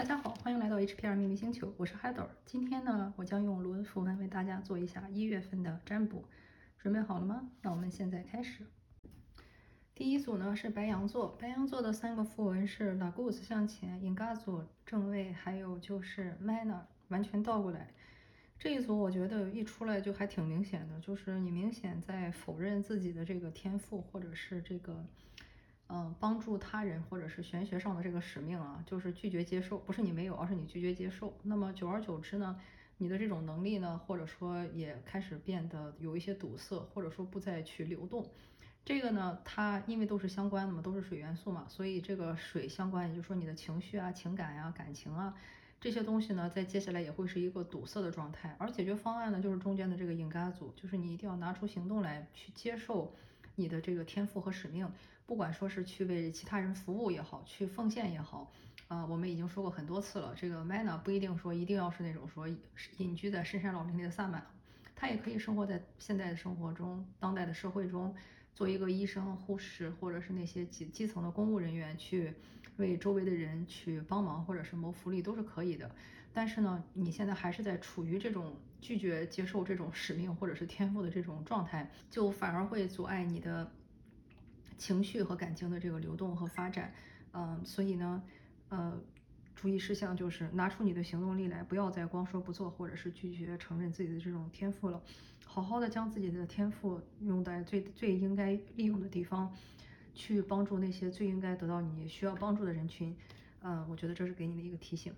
大家好，欢迎来到 HPR 秘密星球，我是 Heather。今天呢，我将用罗恩符文为大家做一下1月份的占卜。准备好了吗？那我们现在开始。第一组呢是白羊座，白羊座的3个符文是 Lagus 向前、Ingazu 正位，还有就是 Mana 完全倒过来。这一组我觉得一出来就还挺明显的，就是你明显在否认自己的这个天赋，或者是这个帮助他人，或者是玄学上的这个使命啊，就是拒绝接受，不是你没有，而是你拒绝接受。那么久而久之呢，你的这种能力呢，或者说也开始变得有一些堵塞，或者说不再去流动。这个呢，它因为都是相关的嘛，都是水元素嘛，所以这个水相关，也就是说你的情绪啊、情感呀、感情啊这些东西呢，在接下来也会是一个堵塞的状态。而解决方案呢，就是中间的这个应嘎组，就是你一定要拿出行动来去接受你的这个天赋和使命，不管说是去为其他人服务也好，去奉献也好。我们已经说过很多次了，这个 Mana 不一定说一定要是那种说隐居在深山老林里的萨满，他也可以生活在现代的生活中、当代的社会中，做一个医生、护士，或者是那些基层的公务人员，去为周围的人去帮忙，或者是谋福利，都是可以的。但是呢，你现在还是在处于这种拒绝接受这种使命或者是天赋的这种状态，就反而会阻碍你的情绪和感情的这个流动和发展。所以呢，注意事项就是拿出你的行动力来，不要再光说不做，或者是拒绝承认自己的这种天赋了。好好的将自己的天赋用在最应该利用的地方，去帮助那些最应该得到你需要帮助的人群。我觉得这是给你的一个提醒。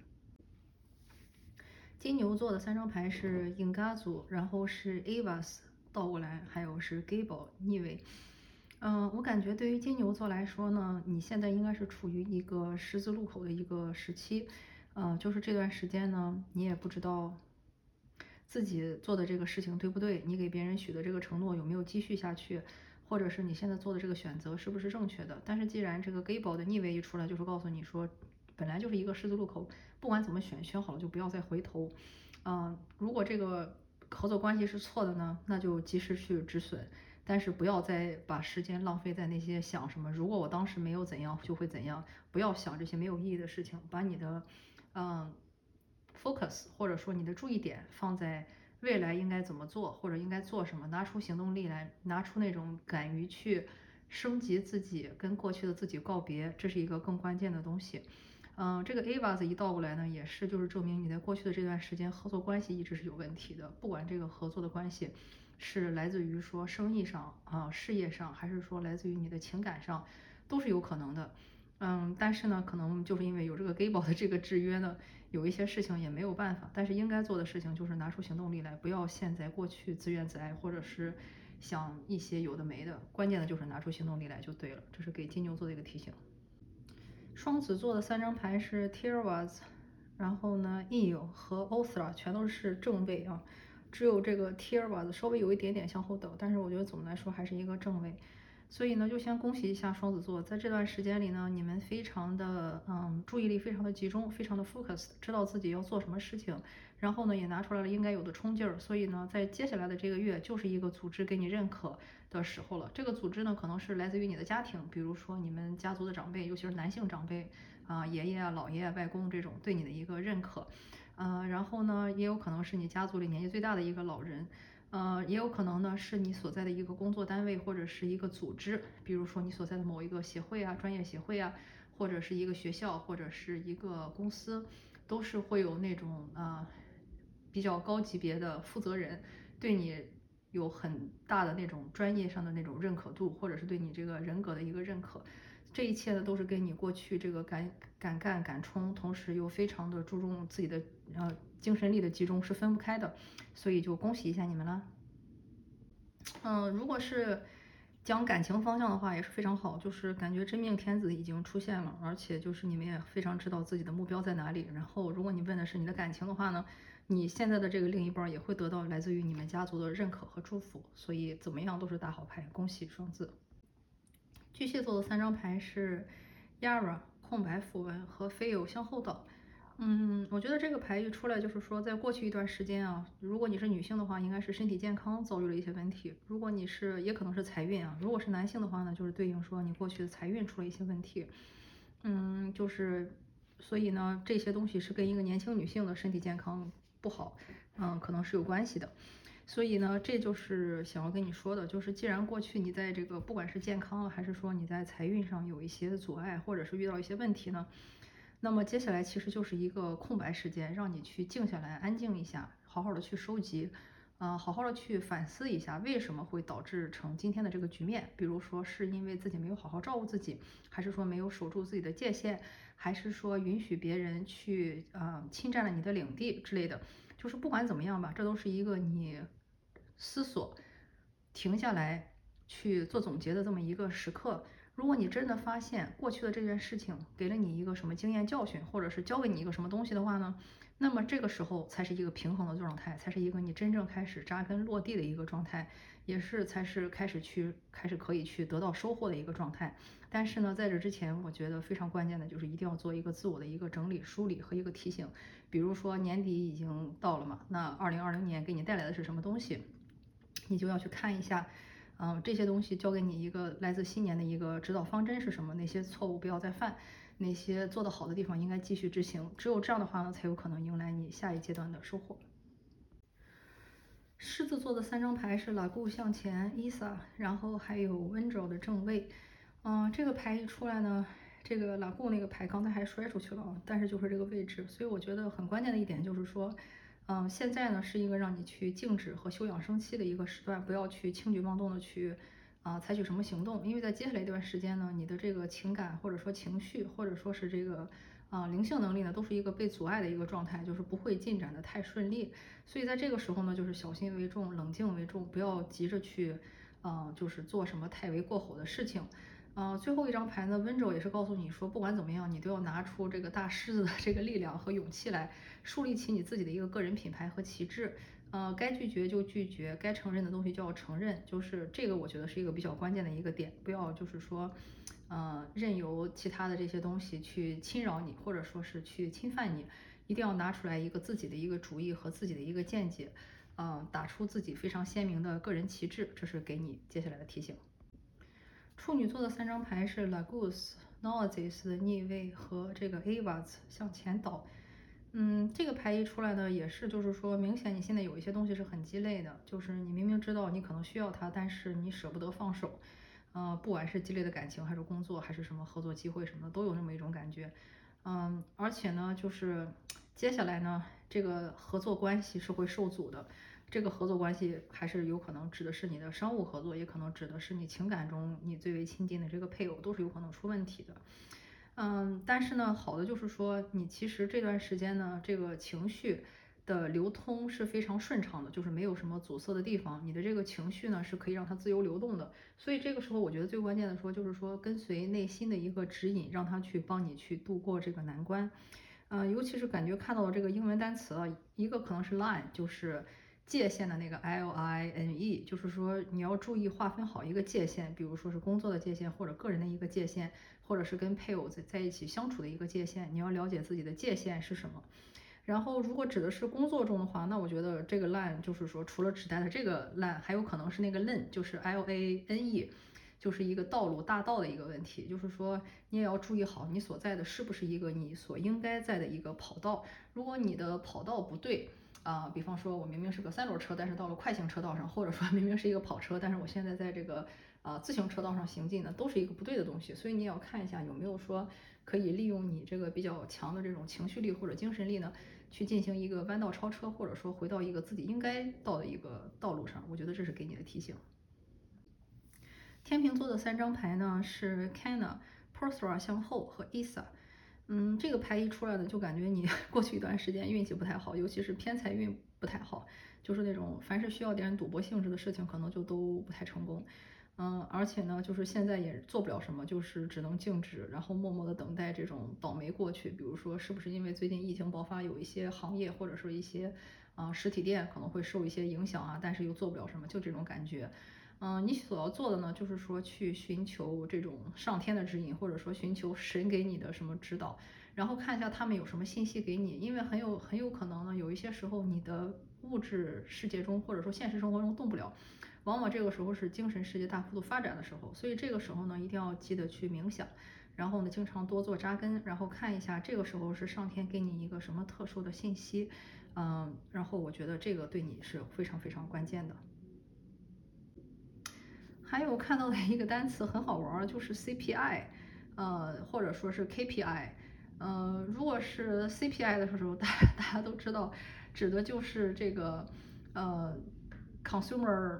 金牛座的3张牌是 Ingazu，然后是 Avas 倒过来，还有是 Gable 逆位。我感觉对于金牛座来说呢，你现在应该是处于一个十字路口的一个时期。就是这段时间呢，你也不知道自己做的这个事情对不对，你给别人许的这个承诺有没有继续下去，或者是你现在做的这个选择是不是正确的。但是既然这个 Gable 的逆位一出来，就是告诉你说，本来就是一个十字路口，不管怎么选，选好了就不要再回头。如果这个合作关系是错的呢，那就及时去止损，但是不要再把时间浪费在那些想什么如果我当时没有怎样就会怎样，不要想这些没有意义的事情，把你的focus 或者说你的注意点放在未来应该怎么做，或者应该做什么，拿出行动力来，拿出那种敢于去升级自己，跟过去的自己告别，这是一个更关键的东西。这个 Avas 一倒过来呢，也是就是证明你在过去的这段时间合作关系一直是有问题的，不管这个合作的关系是来自于说生意上事业上，还是说来自于你的情感上，都是有可能的。但是呢，可能就是因为有这个 Gable 的这个制约呢，有一些事情也没有办法。但是应该做的事情就是拿出行动力来，不要陷在过去自怨自艾，或者是想一些有的没的。关键的就是拿出行动力来就对了，这是给金牛座的一个提醒。双子座的3张牌是 Tirwas，然后呢 Eel 和 Othra 全都是正位啊，只有这个 Tirwas 稍微有一点点向后倒，但是我觉得总的来说还是一个正位。所以呢，就先恭喜一下双子座，在这段时间里呢，你们非常的注意力非常的集中，非常的 focus，知道自己要做什么事情，然后呢也拿出来了应该有的冲劲儿。所以呢，在接下来的这个月就是一个组织给你认可的时候了。这个组织呢，可能是来自于你的家庭，比如说你们家族的长辈，尤其是男性长辈爷爷啊、姥爷啊、外公这种对你的一个认可。然后呢，也有可能是你家族里年纪最大的一个老人。也有可能呢是你所在的一个工作单位或者是一个组织，比如说你所在的某一个协会啊、专业协会啊，或者是一个学校或者是一个公司，都是会有那种比较高级别的负责人对你有很大的那种专业上的那种认可度，或者是对你这个人格的一个认可。这一切呢都是跟你过去这个敢干敢冲，同时又非常的注重自己的精神力的集中是分不开的，所以就恭喜一下你们啦。如果是讲感情方向的话，也是非常好，就是感觉真命天子已经出现了，而且就是你们也非常知道自己的目标在哪里。然后，如果你问的是你的感情的话呢，你现在的这个另一半也会得到来自于你们家族的认可和祝福，所以怎么样都是大好牌，恭喜双子。巨蟹座的3张牌是 Yara 空白符文和 Fail 向后倒。我觉得这个牌一出来，就是说，在过去一段时间啊，如果你是女性的话，应该是身体健康遭遇了一些问题；如果你是，也可能是财运啊。如果是男性的话呢，就是对应说你过去的财运出了一些问题。就是所以呢，这些东西是跟一个年轻女性的身体健康不好，可能是有关系的。所以呢，这就是想要跟你说的，就是既然过去你在这个不管是健康还是说你在财运上有一些阻碍，或者是遇到一些问题呢，那么接下来其实就是一个空白时间，让你去静下来，安静一下，好好的去收集。好好的去反思一下，为什么会导致成今天的这个局面？比如说，是因为自己没有好好照顾自己，还是说没有守住自己的界限，还是说允许别人去侵占了你的领地之类的？就是不管怎么样吧，这都是一个你思索、停下来去做总结的这么一个时刻。如果你真的发现过去的这件事情给了你一个什么经验教训，或者是教给你一个什么东西的话呢，那么这个时候才是一个平衡的状态，才是一个你真正开始扎根落地的一个状态，也是才是开始可以去得到收获的一个状态。但是呢，在这之前，我觉得非常关键的就是一定要做一个自我的一个整理、梳理和一个提醒。比如说年底已经到了嘛，那2020年给你带来的是什么东西，你就要去看一下。这些东西交给你一个来自新年的一个指导方针是什么？哪些错误不要再犯？哪些做得好的地方应该继续执行？只有这样的话呢，才有可能迎来你下一阶段的收获。狮子座的3张牌是拉固向前、伊萨，然后还有温柔的正位。这个牌一出来呢，这个拉固那个牌刚才还摔出去了，但是就是这个位置，所以我觉得很关键的一点就是说，现在呢是一个让你去静止和休养生息的一个时段，不要去轻举妄动的去采取什么行动，因为在接下来一段时间呢，你的这个情感或者说情绪或者说是这个灵性能力呢，都是一个被阻碍的一个状态，就是不会进展的太顺利。所以在这个时候呢，就是小心为重，冷静为重，不要急着去，就是做什么太为过火的事情。最后一张牌呢，温柔也是告诉你说，不管怎么样，你都要拿出这个大狮子的这个力量和勇气来，树立起你自己的一个个人品牌和旗帜。该拒绝就拒绝，该承认的东西就要承认，就是这个我觉得是一个比较关键的一个点，不要就是说，任由其他的这些东西去侵扰你，或者说是去侵犯你，一定要拿出来一个自己的一个主意和自己的一个见解，打出自己非常鲜明的个人旗帜，这是给你接下来的提醒。处女座的3张牌是 Lagus、Noses 的逆位和这个 Avas 向前倒。这个牌一出来呢，也是就是说，明显你现在有一些东西是很鸡肋的，就是你明明知道你可能需要它，但是你舍不得放手。不管是鸡肋的感情，还是工作，还是什么合作机会什么的，都有那么一种感觉。而且呢，就是接下来呢，这个合作关系是会受阻的。这个合作关系还是有可能指的是你的商务合作，也可能指的是你情感中你最为亲近的这个配偶，都是有可能出问题的。但是呢，好的就是说，你其实这段时间呢，这个情绪的流通是非常顺畅的，就是没有什么阻塞的地方，你的这个情绪呢是可以让它自由流动的。所以这个时候，我觉得最关键的说，就是说跟随内心的一个指引，让它去帮你去度过这个难关。尤其是感觉看到了这个英文单词啊，一个可能是 line，就是界限的那个 line，就是说你要注意划分好一个界限，比如说是工作的界限，或者个人的一个界限，或者是跟配偶在一起相处的一个界限，你要了解自己的界限是什么。然后，如果指的是工作中的话，那我觉得这个 line 就是说，除了指代的这个 line，还有可能是那个 lane，就是 lane，就是一个道路大道的一个问题。就是说，你也要注意好你所在的是不是一个你所应该在的一个跑道。如果你的跑道不对，比方说我明明是个3轮车，但是到了快行车道上，或者说明明是一个跑车，但是我现在在这个自行车道上行进呢，都是一个不对的东西。所以你也要看一下有没有说可以利用你这个比较强的这种情绪力或者精神力呢，去进行一个弯道超车，或者说回到一个自己应该到的一个道路上。我觉得这是给你的提醒。天秤座的3张牌呢是 Cana、Persra 向后和 Isa。这个牌一出来呢，就感觉你过去一段时间运气不太好，尤其是偏财运不太好，就是那种凡是需要点赌博性质的事情，可能就都不太成功。而且呢，就是现在也做不了什么，就是只能静止，然后默默的等待这种倒霉过去。比如说，是不是因为最近疫情爆发，有一些行业或者说一些实体店可能会受一些影响啊，但是又做不了什么，就这种感觉。你所要做的呢，就是说去寻求这种上天的指引，或者说寻求神给你的什么指导，然后看一下他们有什么信息给你，因为很有可能呢，有一些时候你的物质世界中或者说现实生活中动不了，往往这个时候是精神世界大幅度发展的时候，所以这个时候呢，一定要记得去冥想， 然后呢，经常多做扎根，然后看一下这个时候是上天给你一个什么特殊的信息，然后我觉得这个对你是非常非常关键的。还有看到的一个单词很好玩，就是 CPI，或者说是 KPI。如果是 CPI 的时候，大家都知道，指的就是这个consumer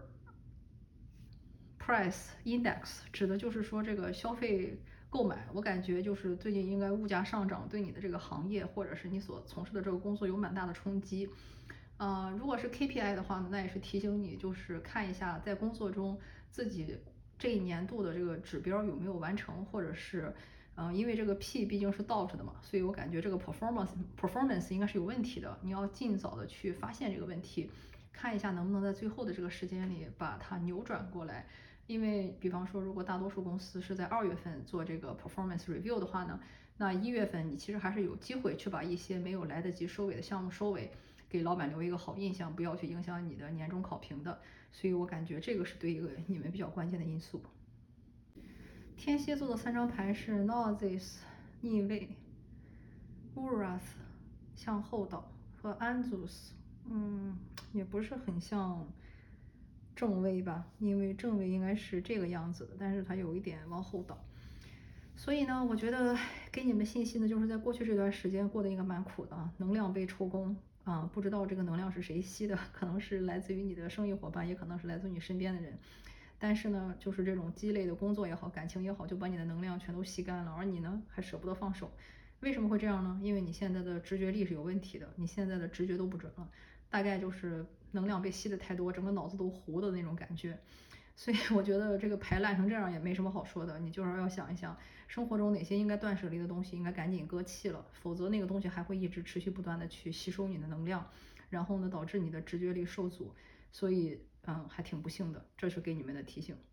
price index，指的就是说这个消费购买。我感觉就是最近应该物价上涨对你的这个行业或者是你所从事的这个工作有蛮大的冲击。如果是 KPI 的话呢，那也是提醒你，就是看一下在工作中自己这一年度的这个指标有没有完成，或者是，因为这个 P 毕竟是 DOT 的嘛，所以我感觉这个 performance 应该是有问题的，你要尽早的去发现这个问题，看一下能不能在最后的这个时间里把它扭转过来。因为比方说，如果大多数公司是在2月份做这个 performance review 的话呢，那1月份你其实还是有机会去把一些没有来得及收尾的项目收尾，给老板留一个好印象，不要去影响你的年终考评的。所以我感觉这个是对一个你们比较关键的因素。天蝎座的3张牌是 Nozis 逆位、Uras 向后倒和 Anzus，也不是很像正位吧，因为正位应该是这个样子的，但是它有一点往后倒。所以呢，我觉得给你们信息呢，就是在过去这段时间过得应该蛮苦的啊，能量被抽空啊，不知道这个能量是谁吸的，可能是来自于你的生意伙伴，也可能是来自于你身边的人。但是呢，就是这种积累的工作也好，感情也好，就把你的能量全都吸干了，而你呢，还舍不得放手。为什么会这样呢？因为你现在的直觉力是有问题的，你现在的直觉都不准了，大概就是能量被吸的太多，整个脑子都糊的那种感觉。所以我觉得这个牌烂成这样也没什么好说的，你就是要想一想，生活中哪些应该断舍离的东西应该赶紧割弃了，否则那个东西还会一直持续不断的去吸收你的能量，然后呢导致你的直觉力受阻，所以还挺不幸的，这是给你们的提醒。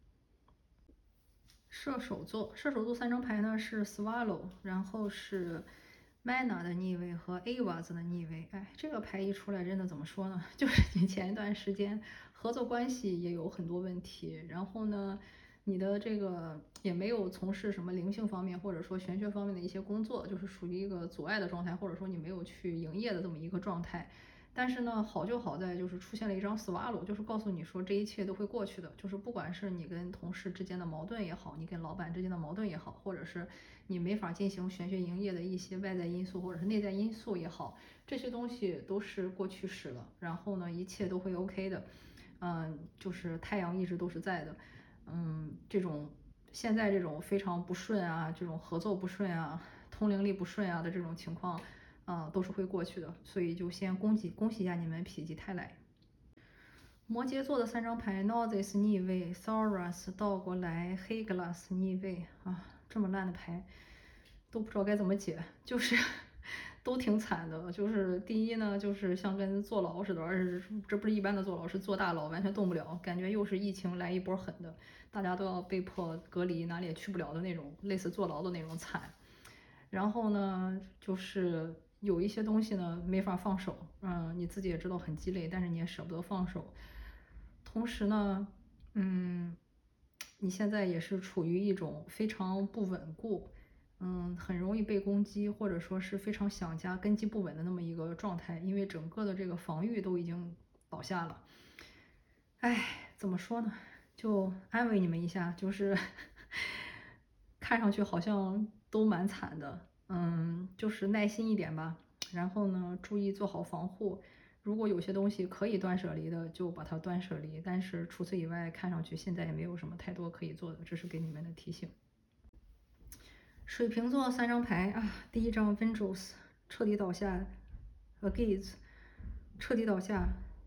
射手座3张牌呢是 Swallow，然后是 Mana 的逆位和 Avas 的逆位。哎，这个牌一出来，真的怎么说呢？就是你前一段时间合作关系也有很多问题，然后呢，你的这个也没有从事什么灵性方面或者说玄学方面的一些工作，就是属于一个阻碍的状态，或者说你没有去营业的这么一个状态。但是呢，好就好在就是出现了一张 Swallow，就是告诉你说这一切都会过去的。就是不管是你跟同事之间的矛盾也好，你跟老板之间的矛盾也好，或者是你没法进行玄学营业的一些外在因素或者是内在因素也好，这些东西都是过去式了。然后呢，一切都会 OK 的。就是太阳一直都是在的。这种现在这种非常不顺啊，这种合作不顺啊，通灵力不顺啊的这种情况。都是会过去的，所以就先恭喜一下你们否极泰来。摩羯座的3张牌 Nozis 逆位 Saurus 倒过来 Heglas 逆位啊，这么烂的牌都不知道该怎么解，就是都挺惨的。就是第一呢，就是像跟坐牢似的，而且这不是一般的坐牢，是坐大牢，完全动不了，感觉又是疫情来一波狠的，大家都要被迫隔离，哪里也去不了的那种，类似坐牢的那种惨。然后呢，就是有一些东西呢没法放手，你自己也知道很鸡肋，但是你也舍不得放手。同时呢，你现在也是处于一种非常不稳固，很容易被攻击，或者说是非常想家、根基不稳的那么一个状态，因为整个的这个防御都已经倒下了。哎，怎么说呢？就安慰你们一下，就是看上去好像都蛮惨的，就是耐心一点吧。然后呢，注意做好防护。如果有些东西可以断舍离的，就把它断舍离。但是除此以外，看上去现在也没有什么太多可以做的，这是给你们的提醒。水瓶座3张牌啊，第一张 Vengeance 彻底倒下，Agaze 彻底倒下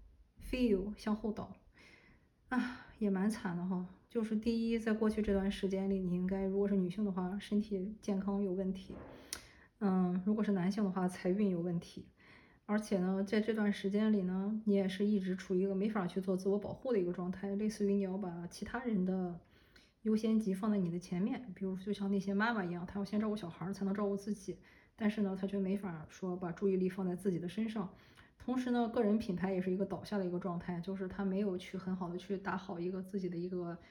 ，Feel 向后倒。也蛮惨的哈。就是第一，在过去这段时间里，你应该如果是女性的话，身体健康有问题；如果是男性的话，财运有问题。而且呢，在这段时间里呢，你也是一直处于一个没法去做自我保护的一个状态，类似于你要把其他人的优先级放在你的前面，比如就像那些妈妈一样，她要先照顾小孩才能照顾自己，但是呢，她却没法说把注意力放在自己的身上。同时呢，个人品牌也是一个倒下的一个状态，就是他没有去很好的去打好一个自己的一个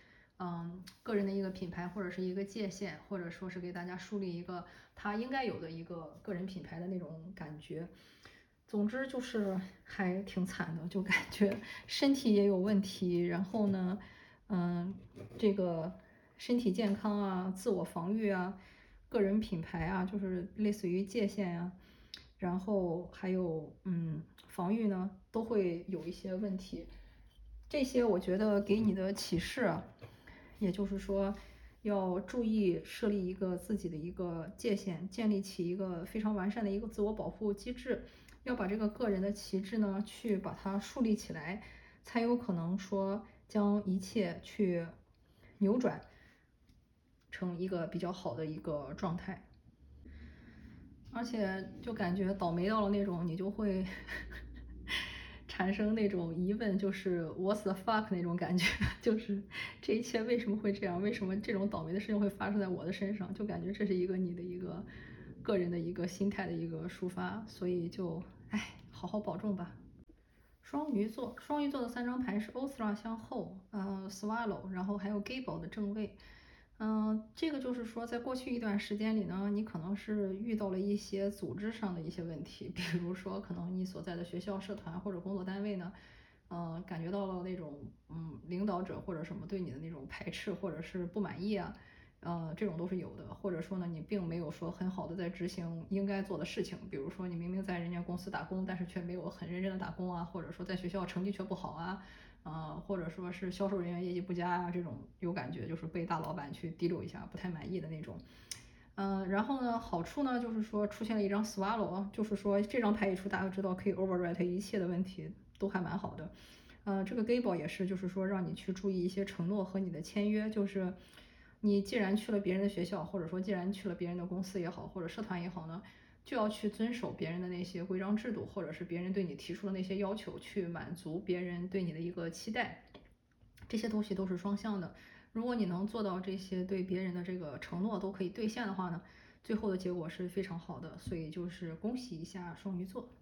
个人的一个品牌或者是一个界限，或者说是给大家树立一个他应该有的一个个人品牌的那种感觉。总之就是还挺惨的，就感觉身体也有问题，然后呢，这个身体健康啊、自我防御啊、个人品牌啊，就是类似于界限呀、然后还有防御呢，都会有一些问题。这些我觉得给你的启示啊，也就是说，要注意设立一个自己的一个界限，建立起一个非常完善的一个自我保护机制，要把这个个人的旗帜呢，去把它树立起来，才有可能说将一切去扭转成一个比较好的一个状态。而且就感觉倒霉到了那种，你就会产生那种疑问，就是 What's the fuck 那种感觉，就是这一切为什么会这样？为什么这种倒霉的事情会发生在我的身上？就感觉这是一个你的一个个人的一个心态的一个抒发，所以就好好保重吧。双鱼座，双鱼座的三张牌是 Ostra 向后，Swallow，然后还有 Gable 的正位。这个就是说，在过去一段时间里呢，你可能是遇到了一些组织上的一些问题，比如说可能你所在的学校、社团或者工作单位呢，感觉到了那种领导者或者什么对你的那种排斥或者是不满意啊，这种都是有的，或者说呢，你并没有说很好的在执行应该做的事情，比如说你明明在人家公司打工，但是却没有很认真的打工啊，或者说在学校成绩却不好啊，或者说是销售人员业绩不佳啊，这种有感觉就是被大老板去提溜一下，不太满意的那种。然后呢，好处呢就是说出现了一张 swallow，就是说这张牌一出，大家知道可以 overwrite 一切的问题，都还蛮好的。这个 Gable 也是，就是说让你去注意一些承诺和你的签约，就是你既然去了别人的学校，或者说既然去了别人的公司也好，或者社团也好呢，就要去遵守别人的那些规章制度，或者是别人对你提出的那些要求，去满足别人对你的一个期待。这些东西都是双向的。如果你能做到这些对别人的这个承诺都可以兑现的话呢，最后的结果是非常好的。所以就是恭喜一下双鱼座。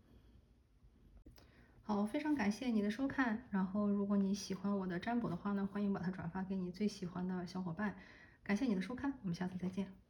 好，非常感谢你的收看。然后，如果你喜欢我的占卜的话呢，欢迎把它转发给你最喜欢的小伙伴。感谢你的收看，我们下次再见。